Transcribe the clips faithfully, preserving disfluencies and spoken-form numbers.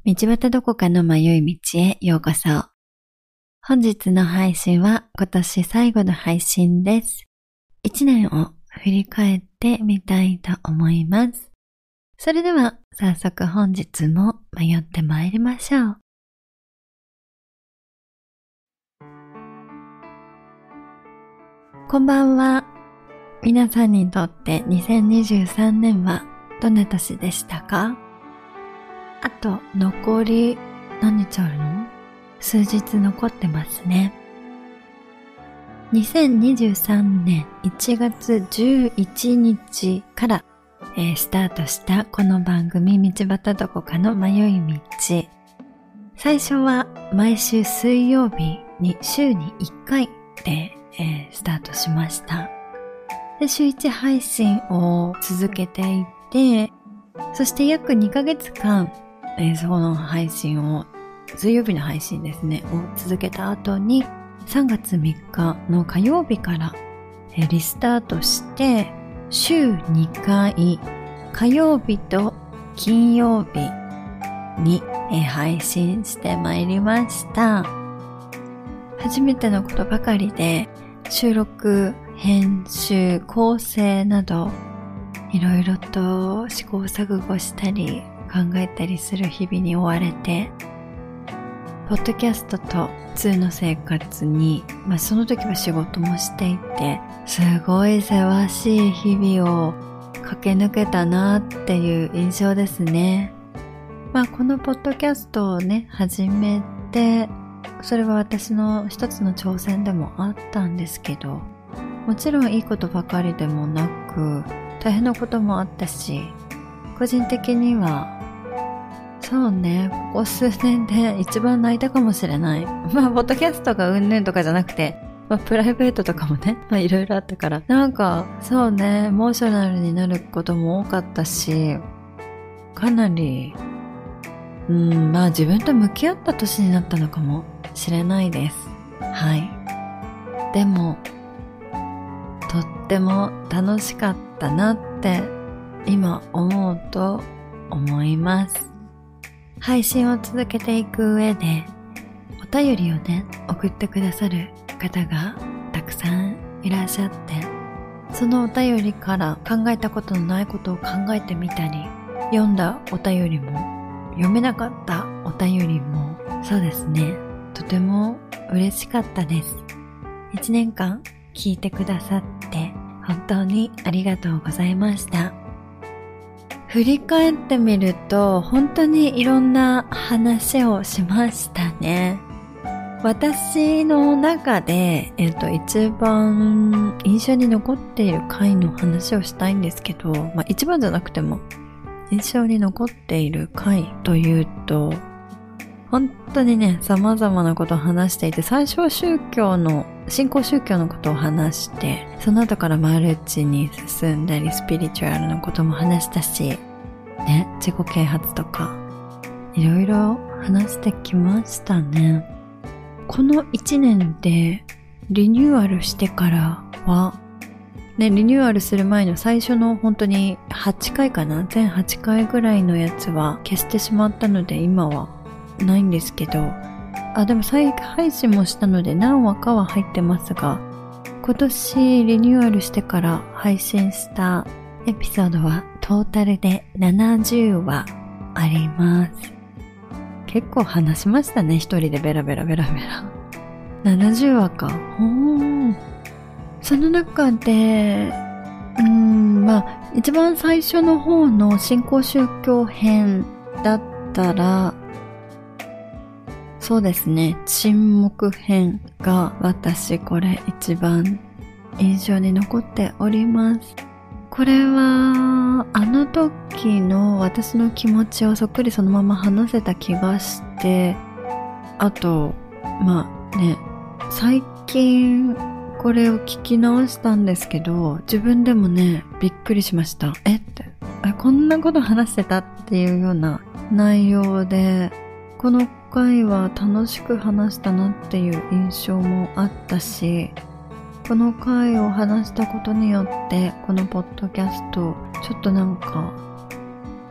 道端どこかの迷い道へようこそ。本日の配信は今年最後の配信です。一年を振り返ってみたいと思います。それでは早速本日も迷ってまいりましょう。こんばんは。皆さんにとってにせんにじゅうさんねんはどんな年でしたか？あと残り何日あるの？数日残ってますね。にせんにじゅうさんねんいちがつじゅういちにちから、えー、スタートしたこの番組道端どこかの迷い道。最初は毎週水曜日に週にいっかいで、えー、スタートしました。で、週いち配信を続けていて、そして約にかげつかんえー、その配信を、水曜日の配信ですね、を続けた後に、さんがつみっかの火曜日から、えー、リスタートして、週にかい、火曜日と金曜日に、えー、配信してまいりました。初めてのことばかりで、収録、編集、構成など、いろいろと試行錯誤したり、考えたりする日々に追われて、ポッドキャストと普通の生活に、まあその時は仕事もしていて、すごい険しい日々を駆け抜けたなっていう印象ですね。まあこのポッドキャストをね、始めて、それは私の一つの挑戦でもあったんですけど、もちろんいいことばかりでもなく、大変なこともあったし、個人的にはそうね、ここ数年で一番泣いたかもしれない。まあ、ポッドキャストがうんぬんとかじゃなくて、まあ、プライベートとかもね、まあ、いろいろあったから。なんか、そうね、エモーショナルになることも多かったし、かなり、うん、まあ自分と向き合った年になったのかもしれないです。はい。でも、とっても楽しかったなって、今思うと思います。配信を続けていく上で、お便りをね、送ってくださる方がたくさんいらっしゃって、そのお便りから考えたことのないことを考えてみたり、読んだお便りも、読めなかったお便りも、そうですね、とても嬉しかったです。一年間聞いてくださって本当にありがとうございました。振り返ってみると本当にいろんな話をしましたね。私の中で、えっと、一番印象に残っている回の話をしたいんですけど、まあ一番じゃなくても印象に残っている回というと、本当にね、様々なことを話していて、最初は宗教の、新興宗教のことを話して、その後からマルチに進んだり、スピリチュアルのことも話したし、ね、自己啓発とか、いろいろ話してきましたね。この一年でリニューアルしてからは、ね、リニューアルする前の最初の本当にはちかいかな、全はちかいぐらいのやつは消してしまったので、今はないんですけど、あ、でも再配信もしたので何話かは入ってますが、今年リニューアルしてから配信したエピソードはトータルでななじゅうわあります。結構話しましたね、一人でベラベラベラベラ。ななじゅうわか。ほー。その中で、うーん、まあ、一番最初の方の新興宗教編だったら、そうですね、沈黙編が私これ一番印象に残っております。これはあの時の私の気持ちをそっくりそのまま話せた気がして、あとまあね、最近これを聞き直したんですけど、自分でもねびっくりしました。えってえこんなこと話してたっていうような内容で、この回は楽しく話したなっていう印象もあったし、この回を話したことによってこのポッドキャストちょっとなんか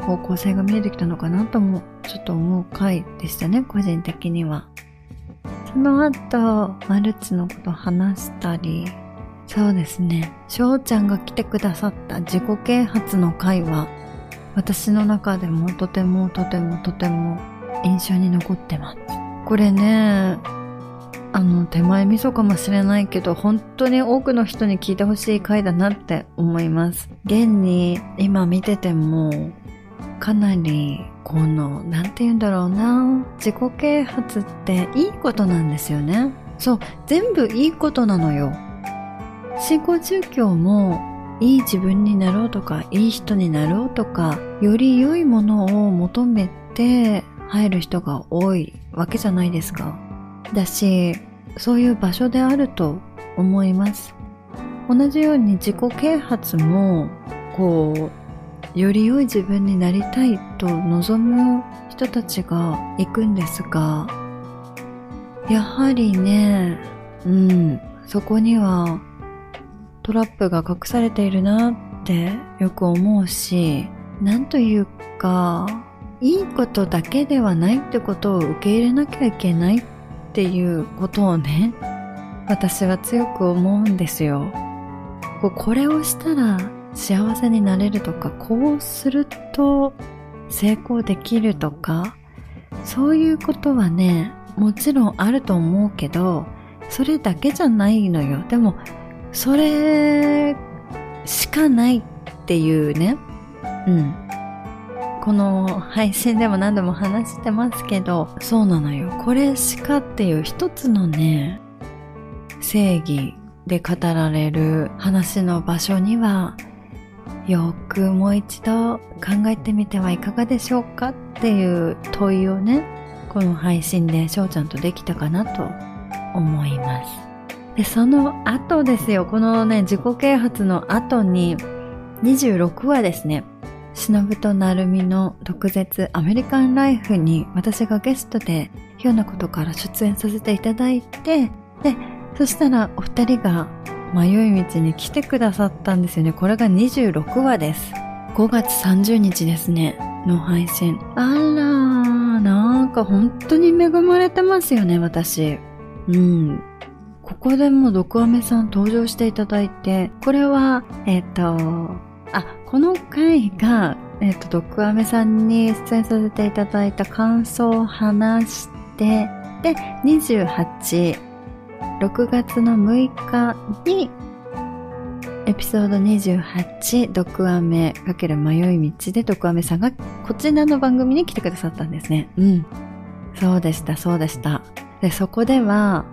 方向性が見えてきたのかなともちょっと思う回でしたね、個人的には。その後マルチのこと話したり、そうですね、翔ちゃんが来てくださった自己啓発の回は私の中でもとてもとてもとても印象に残ってます。これね、あの手前味噌かもしれないけど本当に多くの人に聞いてほしい回だなって思います。現に今見ててもかなりこのなんて言うんだろうな、自己啓発っていいことなんですよね。そう、全部いいことなのよ。新興宗教もいい自分になろうとかいい人になろうとかより良いものを求めて入る人が多いわけじゃないですか。だしそういう場所であると思います。同じように自己啓発もこうより良い自分になりたいと望む人たちが行くんですが、やはりね、うんそこにはトラップが隠されているなってよく思うし、なんというかいいことだけではないってことを受け入れなきゃいけないっていうことをね、私は強く思うんですよ。こうこれをしたら幸せになれるとか、こうすると成功できるとか、そういうことはね、もちろんあると思うけど、それだけじゃないのよ。でもそれしかないっていうね、うんこの配信でも何度も話してますけど、そうなのよ。これしかっていう一つのね、正義で語られる話の場所には、よくもう一度考えてみてはいかがでしょうかっていう問いをね、この配信でしょうちゃんとできたかなと思います。で、その後ですよ、このね、自己啓発の後ににじゅうろくわですね。しのぶとなるみの毒舌アメリカンライフに私がゲストでひょんなことから出演させていただいて、で、そしたらお二人が迷い道に来てくださったんですよね。これがにじゅうろくわです。ごがつさんじゅうにちですね、の配信。あらー、なんか本当に恵まれてますよね、私。うん。ここでも毒アメさん登場していただいて、これは、えっと、あ、この回が、えっと、毒アメさんに出演させていただいた感想を話して、で、にじゅうはち、ろくがつのむいかに、エピソードにじゅうはち、毒アメ×迷い道で毒アメさんがこちらの番組に来てくださったんですね。うん。そうでした、そうでした。で、そこでは、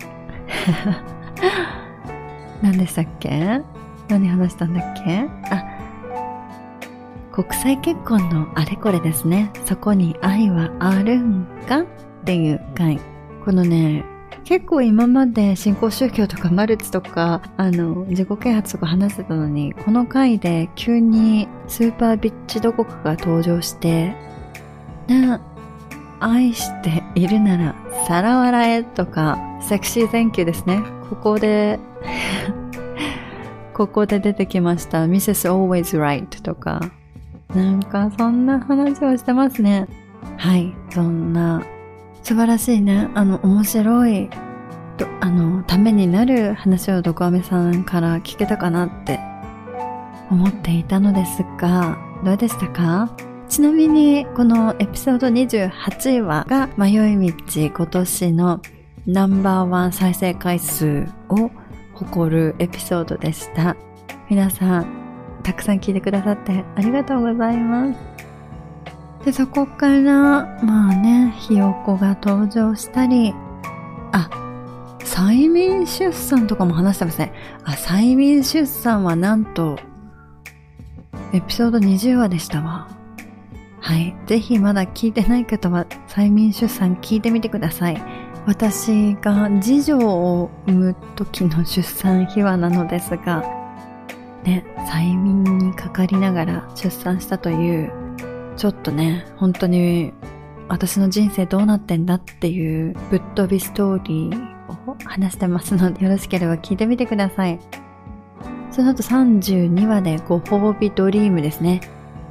何でしたっけ？何話したんだっけ？あ、国際結婚のあれこれですね。そこに愛はあるんかっていう回。このね、結構今まで新興宗教とかマルチとか、あの、自己啓発とか話してたのに、この回で急にスーパービッチどこかが登場して、な、愛しているなら、さら笑えとか、セクシーセンキューですね。ここで、ここで出てきました。ミセス Always Right とか、なんかそんな話をしてますね。はい、そんな素晴らしいね、あの面白いとあのためになる話を毒アメさんから聞けたかなって思っていたのですが、どうでしたか？ちなみにこのエピソードにじゅうはちわが迷い道今年のナンバーワン再生回数を誇るエピソードでした。皆さんたくさん聞いてくださってありがとうございます。で、そこからまあね、ひよこが登場したり、あ、催眠出産とかも話してますね。あ、催眠出産はなんとエピソードにじゅうわでしたわ。はい、ぜひまだ聞いてない方は催眠出産聞いてみてください。私が次女を産む時の出産秘話なのですがね、催眠にかかりながら出産したという、ちょっとね、本当に私の人生どうなってんだっていうぶっ飛びストーリーを話してますので、よろしければ聞いてみてください。その後さんじゅうにわでご褒美ドリームですね。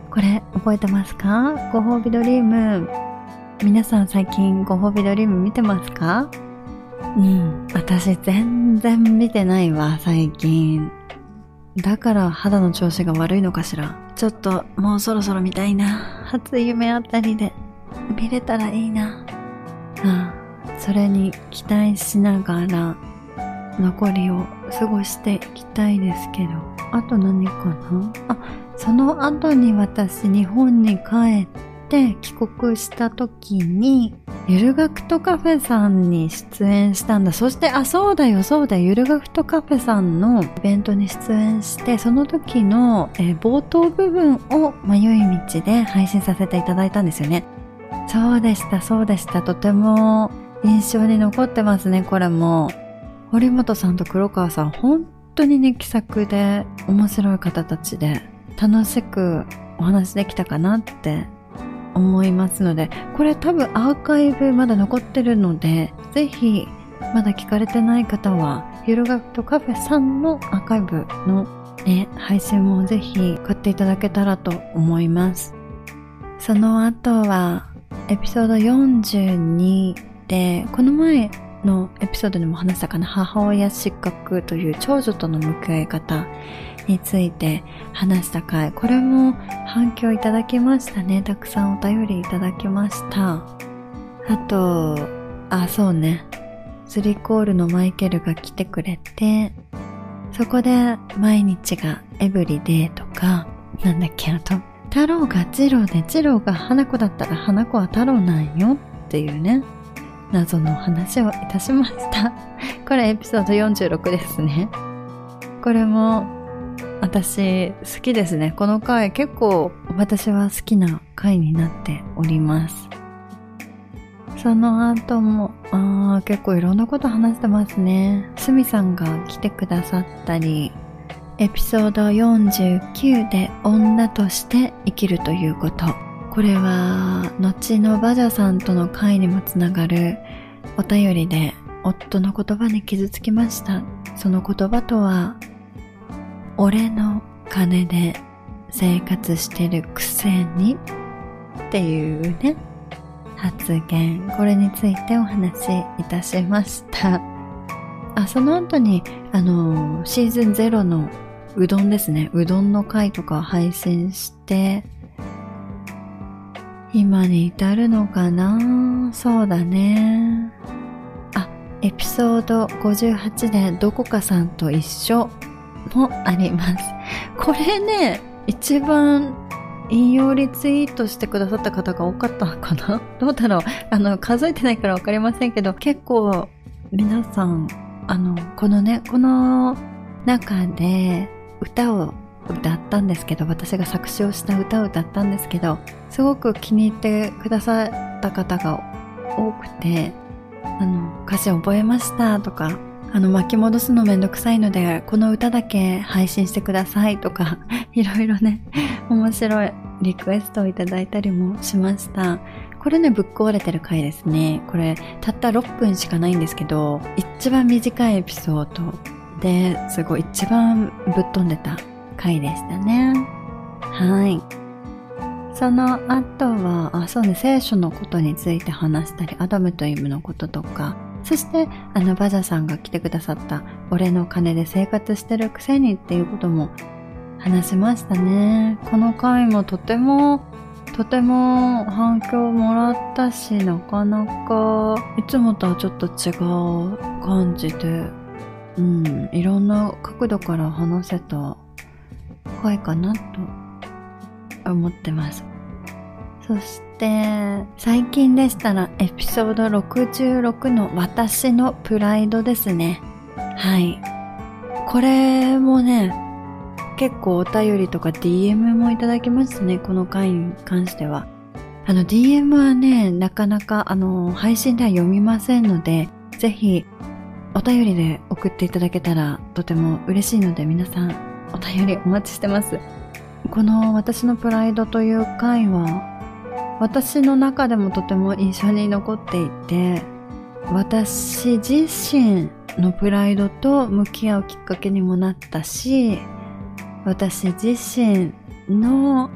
これ覚えてますか？ご褒美ドリーム。皆さん最近ご褒美ドリーム見てますか？うん、私全然見てないわ、最近。だから肌の調子が悪いのかしら。ちょっともうそろそろ見たいな。初夢あたりで見れたらいいな。ああ、それに期待しながら残りを過ごしていきたいですけど、あと何かな。あ、その後に私日本に帰って帰国した時にゆるがくとカフェさんに出演したんだ。そしてあ、そうだよそうだよ、ゆるがくとカフェさんのイベントに出演して、その時の、えー、冒頭部分を迷い道で配信させていただいたんですよね。そうでしたそうでした。とても印象に残ってますね。これも堀本さんと黒川さん、本当にね、気さくで面白い方たちで楽しくお話できたかなって思いますので、これ多分アーカイブまだ残ってるので、ぜひまだ聞かれてない方はゆるがくとカフェさんのアーカイブの、ね、配信もぜひ買っていただけたらと思います。その後はエピソードよんじゅうにで、この前のエピソードでも話したかな、母親失格という長女との向き合い方について話した回、これも反響いただきましたね。たくさんお便りいただきました。あと、あ、そうね、スリーコールのマイケルが来てくれて、そこで毎日がエブリデイとか、なんだっけ、あと太郎がジローでジローが花子だったら花子は太郎なんよっていうね、謎の話をいたしました。これエピソードよんじゅうろくですね。これも私好きですね。この回結構私は好きな回になっております。その後もあー結構いろんなこと話してますね。すみさんが来てくださったり、エピソードよんじゅうきゅうで女として生きるということ、これは後のバジャさんとの会にもつながるお便りで、夫の言葉に傷つきました。その言葉とは、俺の金で生活してるくせにっていうね、発言、これについてお話しいたしました。あ、その後にあのシーズンゼロのうどんですね、うどんの回とか配信して、今に至るのかな。そうだね。あ、エピソードごじゅうはちでどこかさんと一緒もあります。これね、一番引用リツイートしてくださった方が多かったのかな。どうだろう、あの数えてないからわかりませんけど、結構皆さんあのこのね、この中で歌を歌ったんですけど、私が作詞をした歌を歌ったんですけど、すごく気に入ってくださった方が多くて、あの歌詞覚えましたとか、あの巻き戻すのめんどくさいのでこの歌だけ配信してくださいとか、いろいろね、面白いリクエストをいただいたりもしました。これね、ぶっ壊れてる回ですね。これたったろっぷんしかないんですけど、一番短いエピソードですごい一番ぶっ飛んでた回でしたね。はい。その後は、あ、そうね、聖書のことについて話したり、アダムとイブのこととか、そしてあのバジャさんが来てくださった俺の金で生活してるくせにっていうことも話しましたね。この回もとてもとても反響もらったし、なかなかいつもとはちょっと違う感じで、うん、いろんな角度から話せた回かなと思ってます。そして最近でしたらエピソードろくじゅうろくの私のプライドですね。はい。これもね、結構お便りとか ディーエム もいただきましたね。この回に関しては。あの ディーエム はね、なかなかあの配信では読みませんので、ぜひお便りで送っていただけたらとても嬉しいので、皆さんお便りお待ちしてます。この私のプライドという回は私の中でもとても印象に残っていて、私自身のプライドと向き合うきっかけにもなったし、私自身の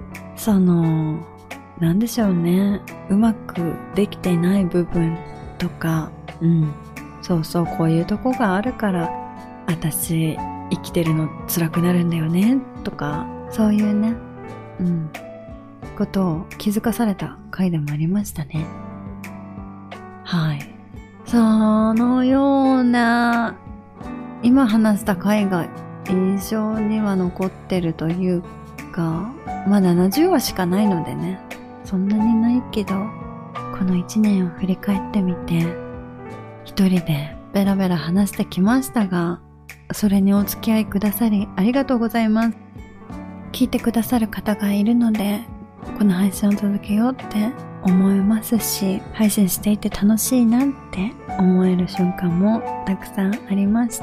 その、なんでしょうね。うまくできていない部分とか、うん。そうそう、こういうとこがあるから、私、生きてるの辛くなるんだよね、とか、そういうね、うん。ことを気づかされた回でもありましたね。はい。そのような、今話した回が印象には残ってるというか、まあななじゅうわしかないのでね、そんなにないけど、このいちねんを振り返ってみて、一人でベラベラ話してきましたが、それにお付き合いくださりありがとうございます。聞いてくださる方がいるので、この配信を続けようって思いますし、配信していて楽しいなって思える瞬間もたくさんありました。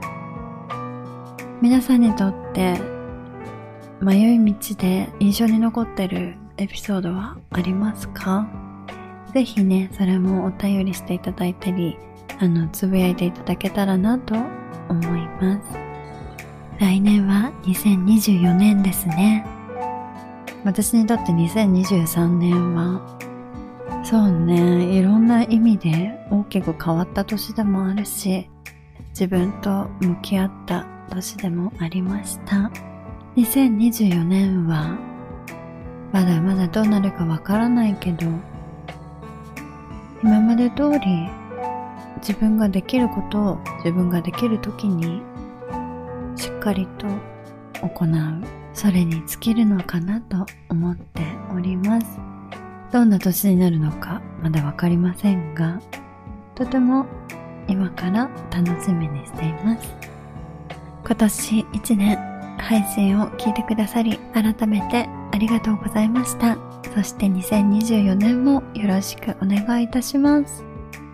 皆さんにとって迷い道で印象に残ってるエピソードはありますか？ぜひね、それもお便りしていただいたり、あの、つぶやいていただけたらなと思います。来年はにせんにじゅうよねんですね。私にとってにせんにじゅうさんねんは、そうね、いろんな意味で大きく変わった年でもあるし、自分と向き合った年でもありました。にせんにじゅうよねんは、まだまだどうなるかわからないけど、今まで通り自分ができることを自分ができる時にしっかりと行う、それに尽きるのかなと思っております。どんな年になるのかまだわかりませんが、とても今から楽しみにしています。今年いちねん配信を聞いてくださり改めてありがとうございました。そしてにせんにじゅうよねんもよろしくお願いいたします。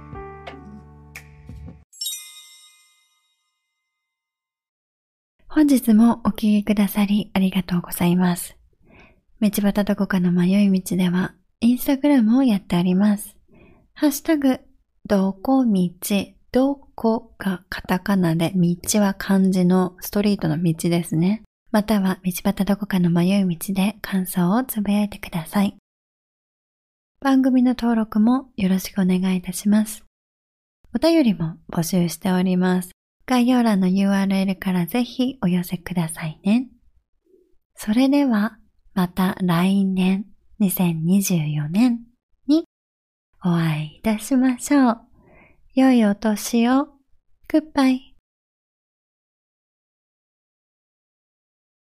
本日もお聞きくださりありがとうございます。道端どこかの迷い道ではインスタグラムをやっております。ハッシュタグ、どこ道、どこがカタカナで、道は漢字のストリートの道ですね。または道端どこかの迷い道で感想をつぶやいてください。番組の登録もよろしくお願いいたします。お便りも募集しております。概要欄の ユーアールエル からぜひお寄せくださいね。それではまた来年にせんにじゅうよねんにお会いいたしましょう。良いお年を。グッバイ。